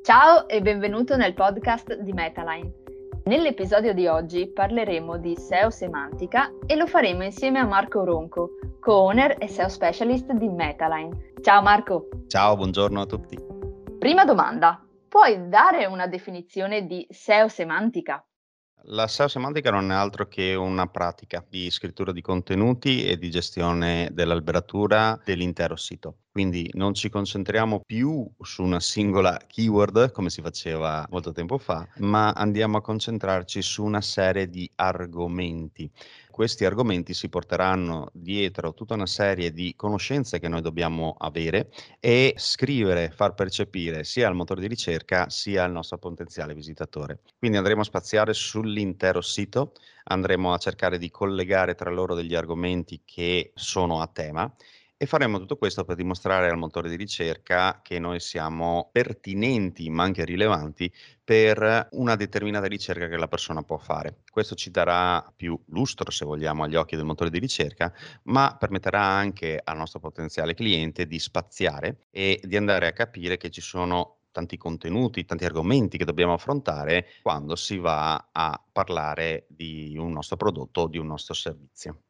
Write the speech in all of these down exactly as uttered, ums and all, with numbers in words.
Ciao e benvenuto nel podcast di Metaline. Nell'episodio di oggi parleremo di S E O semantica e lo faremo insieme a Marco Ronco, co-owner e S E O specialist di Metaline. Ciao Marco! Ciao, buongiorno a tutti. Prima domanda, puoi dare una definizione di S E O semantica? La S E O semantica non è altro che una pratica di scrittura di contenuti e di gestione dell'alberatura dell'intero sito. Quindi non ci concentriamo più su una singola keyword come si faceva molto tempo fa, ma andiamo a concentrarci su una serie di argomenti. Questi argomenti si porteranno dietro tutta una serie di conoscenze che noi dobbiamo avere e scrivere, far percepire sia al motore di ricerca sia al nostro potenziale visitatore. Quindi andremo a spaziare sull'intero sito, andremo a cercare di collegare tra loro degli argomenti che sono a tema e faremo tutto questo per dimostrare al motore di ricerca che noi siamo pertinenti ma anche rilevanti per una determinata ricerca che la persona può fare. Questo ci darà più lustro, se vogliamo, agli occhi del motore di ricerca, ma permetterà anche al nostro potenziale cliente di spaziare e di andare a capire che ci sono tanti contenuti, tanti argomenti che dobbiamo affrontare quando si va a parlare di un nostro prodotto o di un nostro servizio.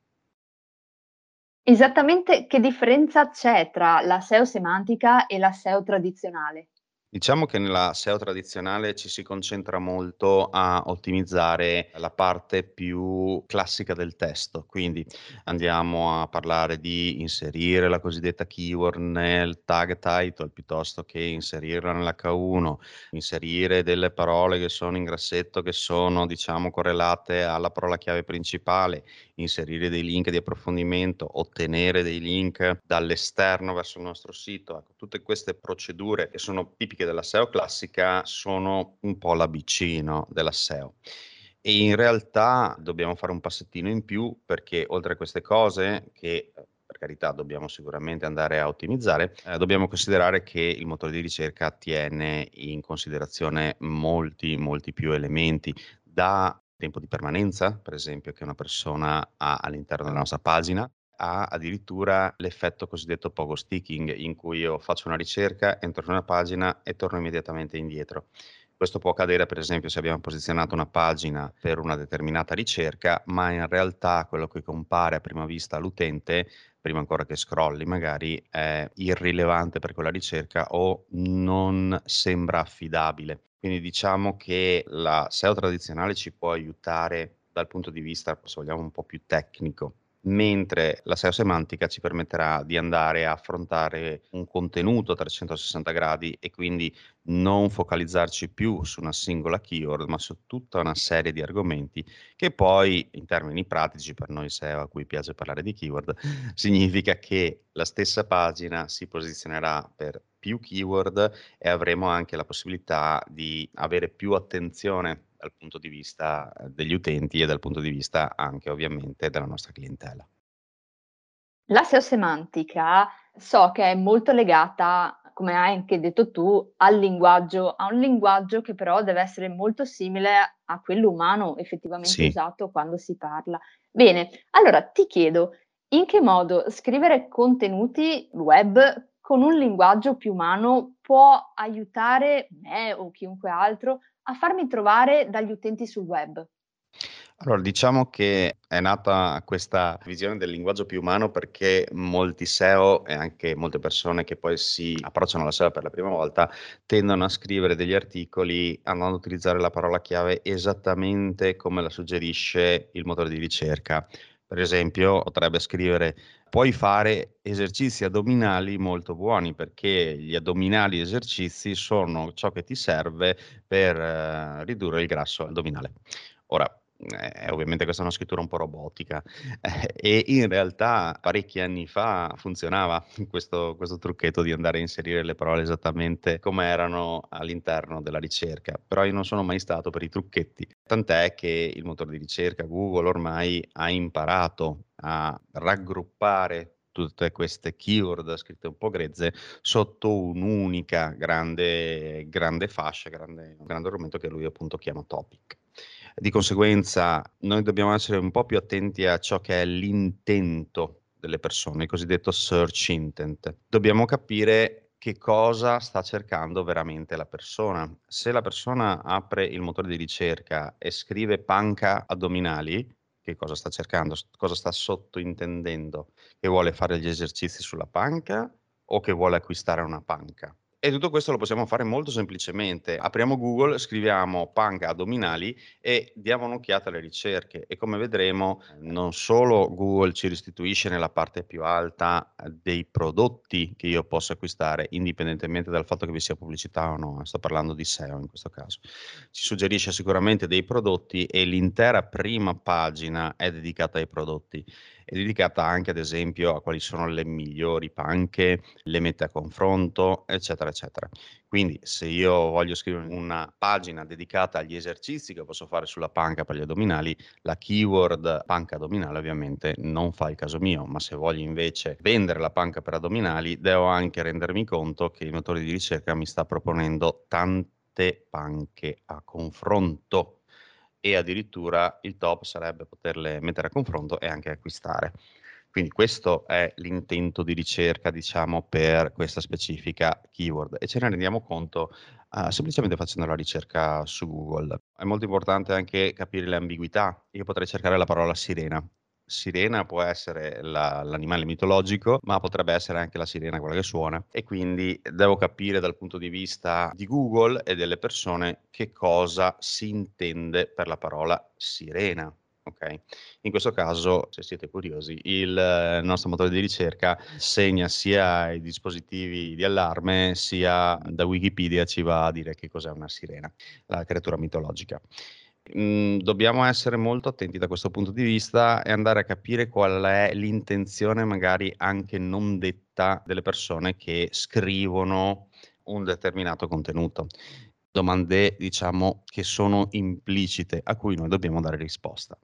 Esattamente che differenza c'è tra la S E O semantica e la S E O tradizionale? Diciamo che nella S E O tradizionale ci si concentra molto a ottimizzare la parte più classica del testo, quindi andiamo a parlare di inserire la cosiddetta keyword nel tag title piuttosto che inserirla nell'H uno, inserire delle parole che sono in grassetto che sono diciamo correlate alla parola chiave principale, inserire dei link di approfondimento, ottenere dei link dall'esterno verso il nostro sito. Ecco, tutte queste procedure che sono tipiche della S E O classica sono un po' l'A B C, no, della S E O. E in realtà dobbiamo fare un passettino in più perché oltre a queste cose che per carità dobbiamo sicuramente andare a ottimizzare, eh, dobbiamo considerare che il motore di ricerca tiene in considerazione molti, molti più elementi, da tempo di permanenza, per esempio, che una persona ha all'interno della nostra pagina, ha addirittura l'effetto cosiddetto pogo sticking, in cui io faccio una ricerca, entro in una pagina e torno immediatamente indietro. Questo può accadere, per esempio, se abbiamo posizionato una pagina per una determinata ricerca, ma in realtà quello che compare a prima vista all'utente, prima ancora che scrolli magari, è irrilevante per quella ricerca o non sembra affidabile. Quindi diciamo che la S E O tradizionale ci può aiutare dal punto di vista, se vogliamo, un po' più tecnico, mentre la S E O semantica ci permetterà di andare a affrontare un contenuto a trecentosessanta gradi e quindi non focalizzarci più su una singola keyword, ma su tutta una serie di argomenti che poi, in termini pratici, per noi S E O a cui piace parlare di keyword, significa che la stessa pagina si posizionerà per più keyword e avremo anche la possibilità di avere più attenzione dal punto di vista eh, degli utenti e dal punto di vista anche ovviamente della nostra clientela. La S E O semantica so che è molto legata, come hai anche detto tu, al linguaggio, a un linguaggio che però deve essere molto simile a quello umano effettivamente Sì. usato quando si parla. Bene, allora ti chiedo, in che modo scrivere contenuti web con un linguaggio più umano può aiutare me o chiunque altro a farmi trovare dagli utenti sul web? Allora, diciamo che è nata questa visione del linguaggio più umano perché molti S E O e anche molte persone che poi si approcciano alla S E O per la prima volta tendono a scrivere degli articoli andando ad utilizzare la parola chiave esattamente come la suggerisce il motore di ricerca. Per esempio, potrebbe scrivere: puoi fare esercizi addominali molto buoni perché gli addominali esercizi sono ciò che ti serve per eh, ridurre il grasso addominale. Ora, eh, ovviamente questa è una scrittura un po' robotica, eh, e in realtà parecchi anni fa funzionava questo questo trucchetto di andare a inserire le parole esattamente come erano all'interno della ricerca, però io non sono mai stato per i trucchetti, tant'è che il motore di ricerca Google ormai ha imparato a raggruppare tutte queste keyword scritte un po' grezze sotto un'unica grande grande fascia, grande grande argomento che lui appunto chiama topic. Di conseguenza noi dobbiamo essere un po' più attenti a ciò che è l'intento delle persone, il cosiddetto search intent. Dobbiamo capire che cosa sta cercando veramente la persona. Se la persona apre il motore di ricerca e scrive panca addominali, che cosa sta cercando? S cosa sta sottointendendo? Che vuole fare gli esercizi sulla panca o che vuole acquistare una panca? E tutto questo lo possiamo fare molto semplicemente. Apriamo Google, scriviamo panca addominali e diamo un'occhiata alle ricerche e come vedremo non solo Google ci restituisce nella parte più alta eh, dei prodotti che io posso acquistare, indipendentemente dal fatto che vi sia pubblicità o no, sto parlando di S E O in questo caso. Ci suggerisce sicuramente dei prodotti e l'intera prima pagina è dedicata ai prodotti. È dedicata anche ad esempio a quali sono le migliori panche, le mette a confronto, eccetera, eccetera. Quindi se io voglio scrivere una pagina dedicata agli esercizi che posso fare sulla panca per gli addominali, la keyword panca addominale ovviamente non fa il caso mio, ma se voglio invece vendere la panca per addominali, devo anche rendermi conto che il motore di ricerca mi sta proponendo tante panche a confronto e addirittura il top sarebbe poterle mettere a confronto e anche acquistare. Quindi questo è l'intento di ricerca, diciamo, per questa specifica keyword e ce ne rendiamo conto, uhm, semplicemente facendo la ricerca su Google. È molto importante anche capire le ambiguità. Io potrei cercare la parola sirena. Sirena può essere la l'animale mitologico, ma potrebbe essere anche la sirena quella che suona e quindi devo capire dal punto di vista di Google e delle persone che cosa si intende per la parola sirena, okay? In questo caso, se siete curiosi, il nostro motore di ricerca segna sia ai dispositivi di allarme, sia da Wikipedia ci va a dire che cos'è una sirena, la creatura mitologica. Mhmm, dobbiamo essere molto attenti da questo punto di vista e andare a capire qual è l'intenzione magari anche non detta delle persone che scrivono un determinato contenuto. Domande, diciamo, che sono implicite, a cui noi dobbiamo dare risposta.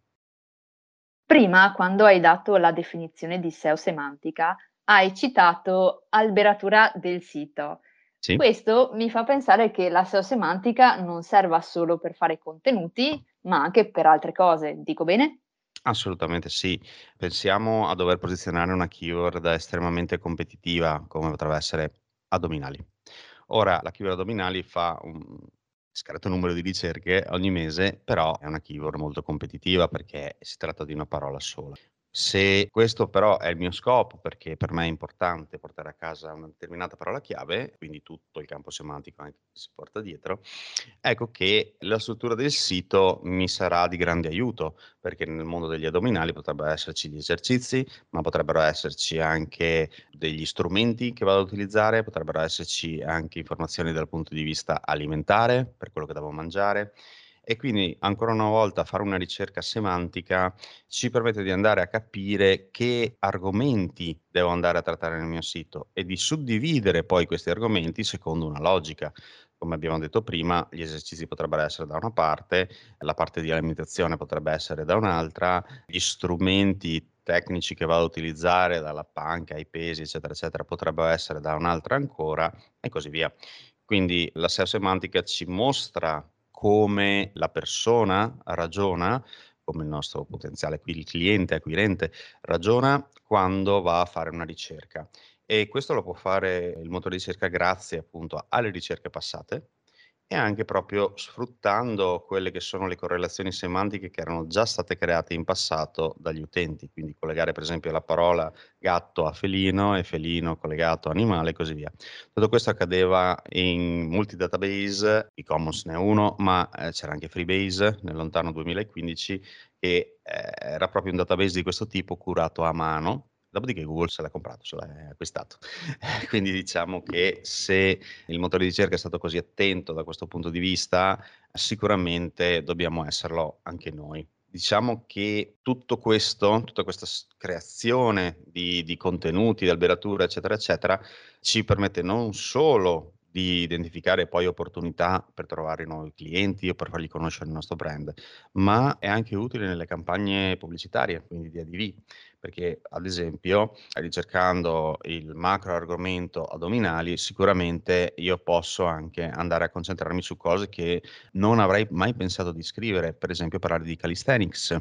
Prima, quando hai dato la definizione di S E O semantica, hai citato alberatura del sito. Sì? Questo mi fa pensare che la S E O semantica non serva solo per fare contenuti, ma anche per altre cose. Dico bene? Assolutamente sì. Pensiamo a dover posizionare una keyword estremamente competitiva, come potrebbe essere addominali. Ora, la keyword addominali fa un discreto numero di ricerche ogni mese, però è una keyword molto competitiva perché si tratta di una parola sola. Se questo però è il mio scopo, perché per me è importante portare a casa una determinata parola chiave, quindi tutto il campo semantico anche che si porta dietro, ecco che la struttura del sito mi sarà di grande aiuto perché nel mondo degli addominali potrebbero esserci gli esercizi, ma potrebbero esserci anche degli strumenti che vado ad utilizzare, potrebbero esserci anche informazioni dal punto di vista alimentare, per quello che devo mangiare. E quindi ancora una volta fare una ricerca semantica ci permette di andare a capire che argomenti devo andare a trattare nel mio sito e di suddividere poi questi argomenti secondo una logica. Come abbiamo detto prima, gli esercizi potrebbero essere da una parte, la parte di alimentazione potrebbe essere da un'altra, gli strumenti tecnici che vado a utilizzare, dalla panca ai pesi, eccetera, eccetera, potrebbero essere da un'altra ancora e così via. Quindi la S E O semantica ci mostra come la persona ragiona, come il nostro potenziale qui il cliente, acquirente, ragiona quando va a fare una ricerca. E questo lo può fare il motore di ricerca grazie appunto alle ricerche passate e anche proprio sfruttando quelle che sono le correlazioni semantiche che erano già state create in passato dagli utenti, quindi collegare per esempio la parola gatto a felino e felino collegato a animale e così via. Tutto questo accadeva in molti database, e-commerce ne è uno, ma eh, c'era anche Freebase nel lontano duemilaquindici che eh, era proprio un database di questo tipo curato a mano. Dopodiché Google se l'è comprato, se l'è acquistato. Quindi diciamo che se il motore di ricerca è stato così attento da questo punto di vista, sicuramente dobbiamo esserlo anche noi. Diciamo che tutto questo, tutta questa s creazione di di contenuti, di alberatura, eccetera, eccetera, ci permette non solo di identificare poi opportunità per trovare nuovi clienti o per fargli conoscere il nostro brand, ma è anche utile nelle campagne pubblicitarie, quindi di A D V, perché ad esempio ricercando il macro argomento addominali, sicuramente io posso anche andare a concentrarmi su cose che non avrei mai pensato di scrivere, per esempio parlare di calisthenics.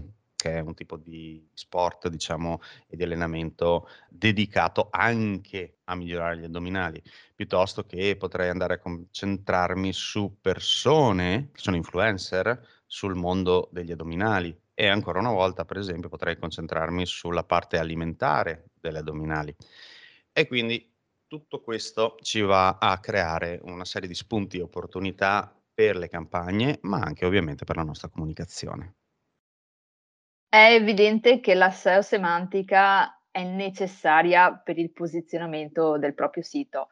che è un tipo di sport, diciamo, e di allenamento dedicato anche a migliorare gli addominali, piuttosto che potrei andare a concentrarmi su persone che sono influencer sul mondo degli addominali e ancora una volta, per esempio, potrei concentrarmi sulla parte alimentare delle addominali. E quindi tutto questo ci va a creare una serie di spunti e opportunità per le campagne, ma anche ovviamente per la nostra comunicazione. È evidente che la S E O semantica è necessaria per il posizionamento del proprio sito.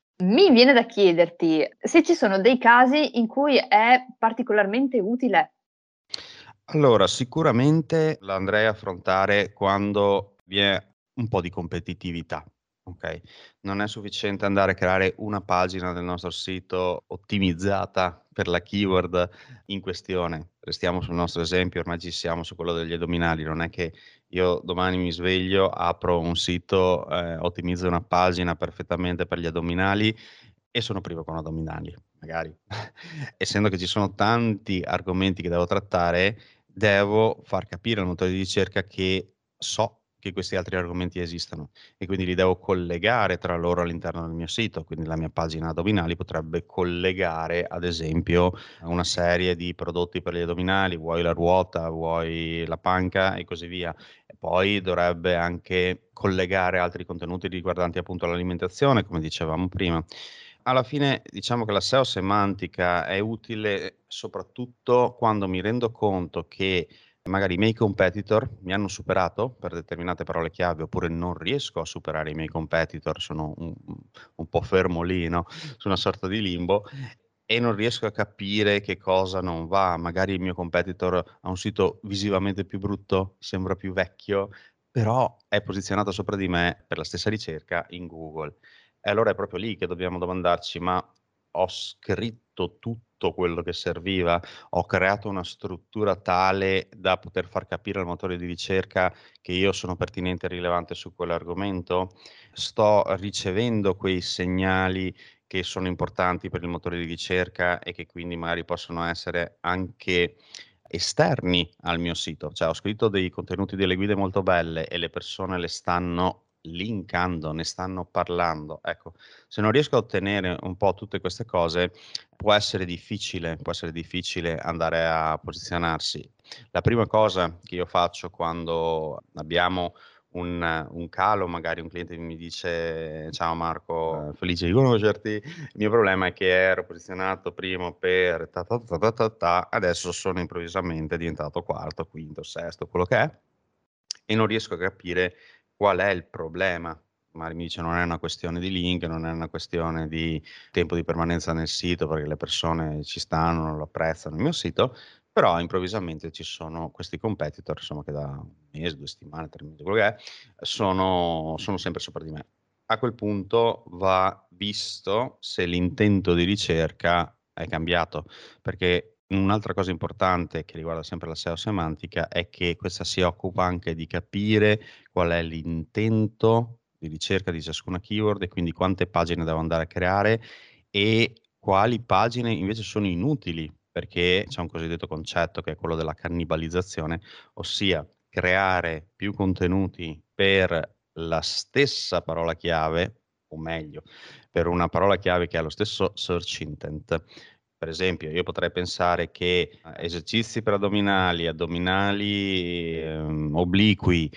Mi viene da chiederti se ci sono dei casi in cui è particolarmente utile. Allora, sicuramente la andrei a affrontare quando vi è un po' di competitività, okay, non è sufficiente andare a creare una pagina del nostro sito ottimizzata per la keyword in questione. Restiamo sul nostro esempio, ormai ci siamo su quello degli addominali, non è che io domani mi sveglio, apro un sito, ehm, ottimizzo una pagina perfettamente per gli addominali e sono privo con addominali, magari. Essendo che ci sono tanti argomenti che devo trattare, devo far capire al motore di ricerca che so che questi altri argomenti esistono e quindi li devo collegare tra loro all'interno del mio sito. Quindi la mia pagina addominali potrebbe collegare, ad esempio, a una serie di prodotti per gli addominali, vuoi la ruota, vuoi la panca e così via. E poi dovrebbe anche collegare altri contenuti riguardanti appunto l'alimentazione, come dicevamo prima. Alla fine diciamo che la S E O semantica è utile soprattutto quando mi rendo conto che magari i miei competitor mi hanno superato per determinate parole chiave, oppure non riesco a superare i miei competitor, sono un un po' fermo lì, no, su una sorta di limbo e non riesco a capire che cosa non va. Magari il mio competitor ha un sito visivamente più brutto, sembra più vecchio, però è posizionato sopra di me per la stessa ricerca in Google. E allora è proprio lì che dobbiamo domandarci: ma ho scritto tutto quello che serviva? Ho creato una struttura tale da poter far capire al motore di ricerca che io sono pertinente e rilevante su quell'argomento? Sto ricevendo quei segnali che sono importanti per il motore di ricerca e che quindi magari possono essere anche esterni al mio sito? Cioè ho scritto dei contenuti, delle guide molto belle e le persone le stanno linkando, ne stanno parlando. Ecco, se non riesco a ottenere un po' tutte queste cose, può essere difficile può essere difficile andare a posizionarsi. La prima cosa che io faccio quando abbiamo un un calo, magari un cliente mi dice: "Ciao Marco, felice di conoscerti. Il mio problema è che ero posizionato primo per ta ta ta ta ta ta, adesso sono improvvisamente diventato quarto, quinto, sesto", quello che è, e non riesco a capire qual è il problema. Magari mi dice: "Non è una questione di link, non è una questione di tempo di permanenza nel sito, perché le persone ci stanno, lo apprezzano il mio sito", però improvvisamente ci sono questi competitor, insomma, che da un mese, due settimane, tre mesi, quello che è, sono sono sempre sopra di me. A quel punto va visto se l'intento di ricerca è cambiato, perché un'altra cosa importante che riguarda sempre la S E O semantica è che questa si occupa anche di capire qual è l'intento di ricerca di ciascuna keyword e quindi quante pagine devo andare a creare e quali pagine invece sono inutili, perché c'è un cosiddetto concetto che è quello della cannibalizzazione, ossia creare più contenuti per la stessa parola chiave, o meglio, per una parola chiave che ha lo stesso search intent. Per esempio, io potrei pensare che a esercizi per addominali, addominali, ehm, obliqui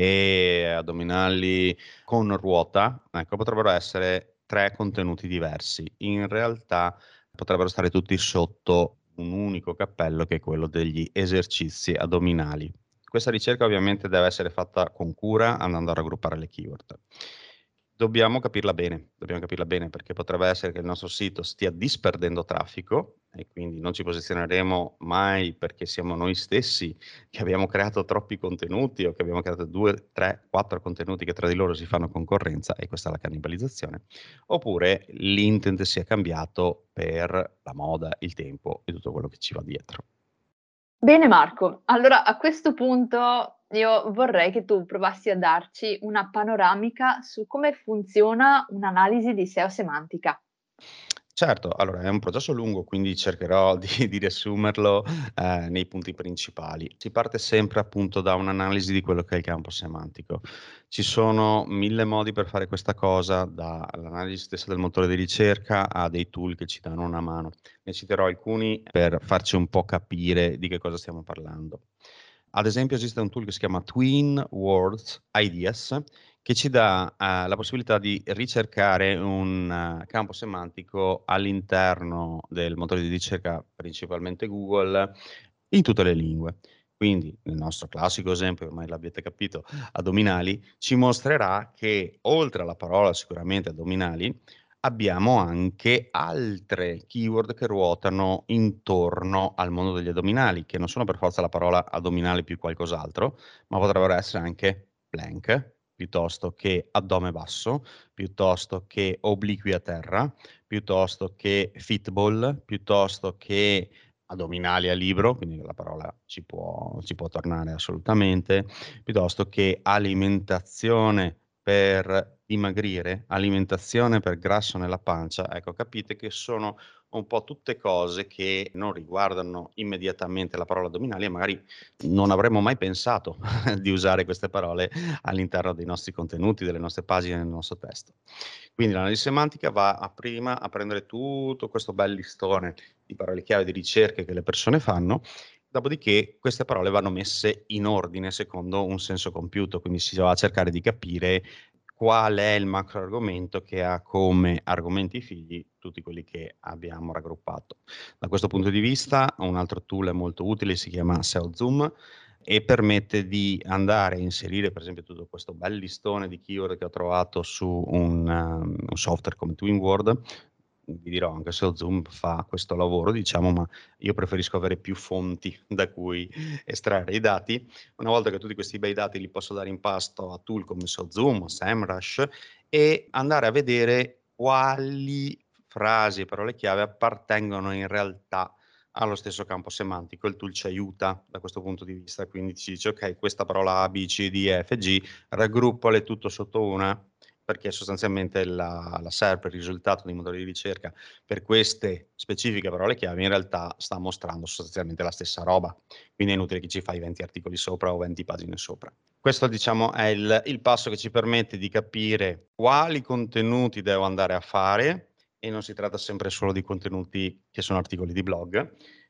e addominali con ruota, ecco, potrebbero essere tre contenuti diversi. In realtà potrebbero stare tutti sotto un unico cappello che è quello degli esercizi addominali. Questa ricerca ovviamente deve essere fatta con cura, andando a raggruppare le keyword. Dobbiamo capirla bene, dobbiamo capirla bene perché potrebbe essere che il nostro sito stia disperdendo traffico e quindi non ci posizioneremo mai perché siamo noi stessi che abbiamo creato troppi contenuti o che abbiamo creato due, tre, quattro contenuti che tra di loro si fanno concorrenza e questa è la cannibalizzazione, oppure l'intent sia cambiato per la moda, il tempo e tutto quello che ci va dietro. Bene Marco, allora a questo punto io vorrei che tu provassi a darci una panoramica su come funziona un'analisi di S E O semantica. Certo, allora è un processo lungo, quindi cercherò di di riassumerlo, ehm, nei punti principali. Si parte sempre appunto da un'analisi di quello che è il campo semantico. Ci sono mille modi per fare questa cosa, dall'analisi stessa del motore di ricerca a dei tool che ci danno una mano. Ne citerò alcuni per farci un po' capire di che cosa stiamo parlando. Ad esempio esiste un tool che si chiama Twin Words Ideas, che ci dà, ehm, la possibilità di ricercare un eh, campo semantico all'interno del motore di ricerca, principalmente Google, in tutte le lingue. Quindi, nel nostro classico esempio, ormai l'abbiate capito, addominali, ci mostrerà che oltre alla parola sicuramente addominali, abbiamo anche altre keyword che ruotano intorno al mondo degli addominali, che non sono per forza la parola addominale più qualcos'altro, ma potrebbero essere anche plank, piuttosto che addome basso, piuttosto che obliqui a terra, piuttosto che fitball, piuttosto che addominali a libro, quindi la parola ci può ci può tornare assolutamente, piuttosto che alimentazione per dimagrire, alimentazione per grasso nella pancia, ecco capite che sono un po' tutte cose che non riguardano immediatamente la parola addominali e magari non avremmo mai pensato di usare queste parole all'interno dei nostri contenuti, delle nostre pagine, del nostro testo. Quindi l'analisi semantica va a prima a prendere tutto questo bel listone di parole chiave, di ricerche che le persone fanno, dopodiché queste parole vanno messe in ordine secondo un senso compiuto, quindi si va a cercare di capire qual è il macro argomento che ha come argomenti figli tutti quelli che abbiamo raggruppato. Da questo punto di vista un altro tool è molto utile, si chiama SEOzoom e permette di andare a inserire, per esempio, tutto questo bel listone di keyword che ho trovato su un um, un software come Twinword. Vi dirò, anche SEOzoom fa questo lavoro, diciamo, ma io preferisco avere più fonti da cui estrarre i dati. Una volta che tutti questi bei dati li posso dare in pasto a tool come SEOzoom o SEMrush e andare a vedere quali frasi e parole chiave appartengono in realtà allo stesso campo semantico. Il tool ci aiuta da questo punto di vista, quindi ci dice: "Okay, questa parola A, B, C, D, E, F, G, raggruppale tutto sotto una", perché sostanzialmente la la S E R P, il risultato dei motori di ricerca per queste specifiche parole chiave, in realtà sta mostrando sostanzialmente la stessa roba. Quindi è inutile che ci fai venti articoli sopra o venti pagine sopra. Questo diciamo è il il passo che ci permette di capire quali contenuti devo andare a fare, e non si tratta sempre solo di contenuti che sono articoli di blog,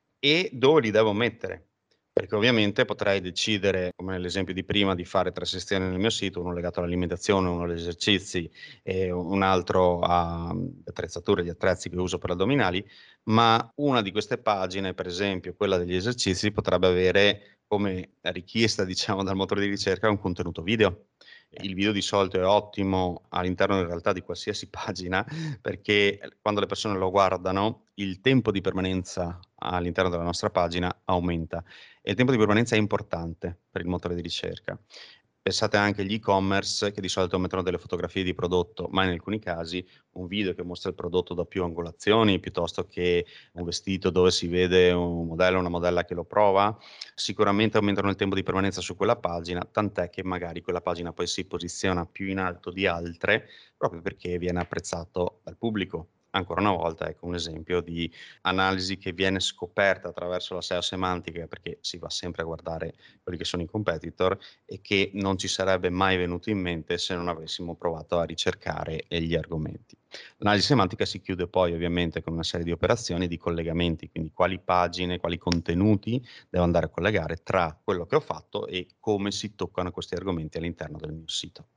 e dove li devo mettere. Perché ovviamente potrei decidere, come nell'esempio di prima, di fare tre sezioni nel mio sito, uno legato all'alimentazione, uno agli esercizi e un altro a, mhmm, attrezzature, gli attrezzi che uso per addominali, ma una di queste pagine, per esempio quella degli esercizi, potrebbe avere come richiesta, diciamo, dal motore di ricerca un contenuto video. Il video di solito è ottimo all'interno in realtà di qualsiasi pagina perché, ehm, quando le persone lo guardano, il tempo di permanenza all'interno della nostra pagina aumenta e il tempo di permanenza è importante per il motore di ricerca. Pensate anche agli e-commerce che di solito mettono delle fotografie di prodotto, ma in alcuni casi un video che mostra il prodotto da più angolazioni, piuttosto che un vestito dove si vede un modello o una modella che lo prova, sicuramente aumentano il tempo di permanenza su quella pagina, tant'è che magari quella pagina poi si posiziona più in alto di altre, proprio perché viene apprezzato dal pubblico. Ancora una volta, ecco un esempio di analisi che viene scoperta attraverso la S E O semantica, perché si va sempre a guardare quelli che sono i competitor e che non ci sarebbe mai venuto in mente se non avessimo provato a ricercare, ehm, gli argomenti. L'analisi semantica si chiude poi ovviamente con una serie di operazioni di collegamenti, quindi quali pagine, quali contenuti devo andare a collegare tra quello che ho fatto e come si toccano questi argomenti all'interno del mio sito.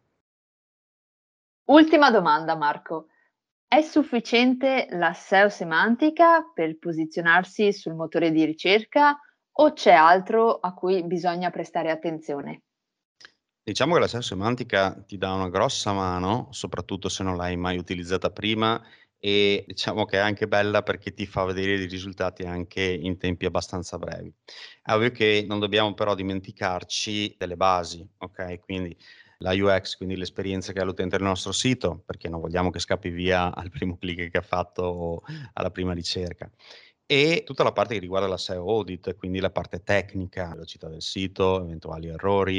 Ultima domanda Marco, è sufficiente la S E O semantica per posizionarsi sul motore di ricerca o c'è altro a cui bisogna prestare attenzione? Diciamo che la S E O semantica ti dà una grossa mano, soprattutto se non l'hai mai utilizzata prima e diciamo che è anche bella perché ti fa vedere dei risultati anche in tempi abbastanza brevi. È ovvio che non dobbiamo però dimenticarci delle basi, okay, quindi la U X, quindi l'esperienza che ha l'utente nel nostro sito, perché non vogliamo che scappi via al primo click che ha fatto o alla prima ricerca. E tutta la parte che riguarda la S E O audit, quindi la parte tecnica, velocità del sito, eventuali errori,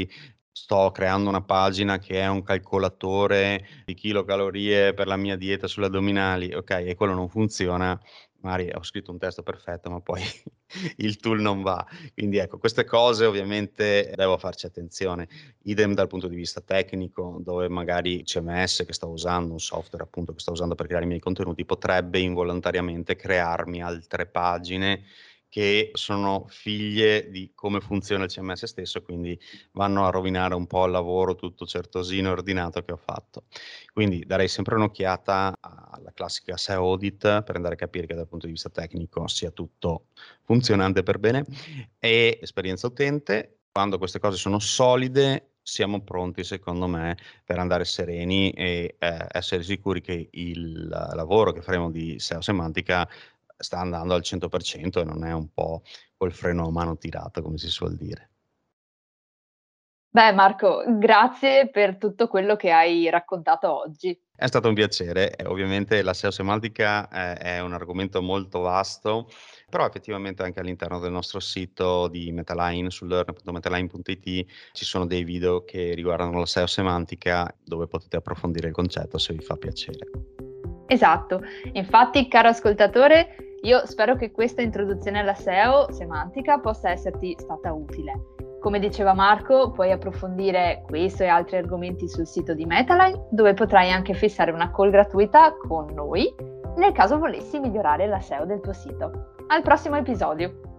sto creando una pagina che è un calcolatore di chilocalorie per la mia dieta sulle addominali, okay, e quello non funziona, magari ho scritto un testo perfetto, ma poi il tool non va. Quindi ecco, queste cose ovviamente devo farci attenzione. Idem dal punto di vista tecnico, dove magari il C M S che sto usando, un software appunto che sto usando per creare i miei contenuti, potrebbe involontariamente crearmi altre pagine che sono figlie di come funziona il C M S stesso, quindi vanno a rovinare un po' il lavoro tutto certosino e ordinato che ho fatto. Quindi darei sempre un'occhiata alla classica S E O audit per andare a capire che dal punto di vista tecnico sia tutto funzionante per bene e esperienza utente. Quando queste cose sono solide, siamo pronti secondo me per andare sereni e, ehm, essere sicuri che il lavoro che faremo di S E O semantica sta andando al cento per cento e non è un po' col freno a mano tirato, come si suol dire. Beh Marco, grazie per tutto quello che hai raccontato oggi. È stato un piacere e ovviamente la S E O semantica è è un argomento molto vasto, però effettivamente anche all'interno del nostro sito di Metaline su learn punto metaline punto it ci sono dei video che riguardano la S E O semantica dove potete approfondire il concetto se vi fa piacere. Esatto, infatti caro ascoltatore, io spero che questa introduzione alla S E O semantica possa esserti stata utile. Come diceva Marco, puoi approfondire questo e altri argomenti sul sito di Metaline, dove potrai anche fissare una call gratuita con noi nel caso volessi migliorare la S E O del tuo sito. Al prossimo episodio!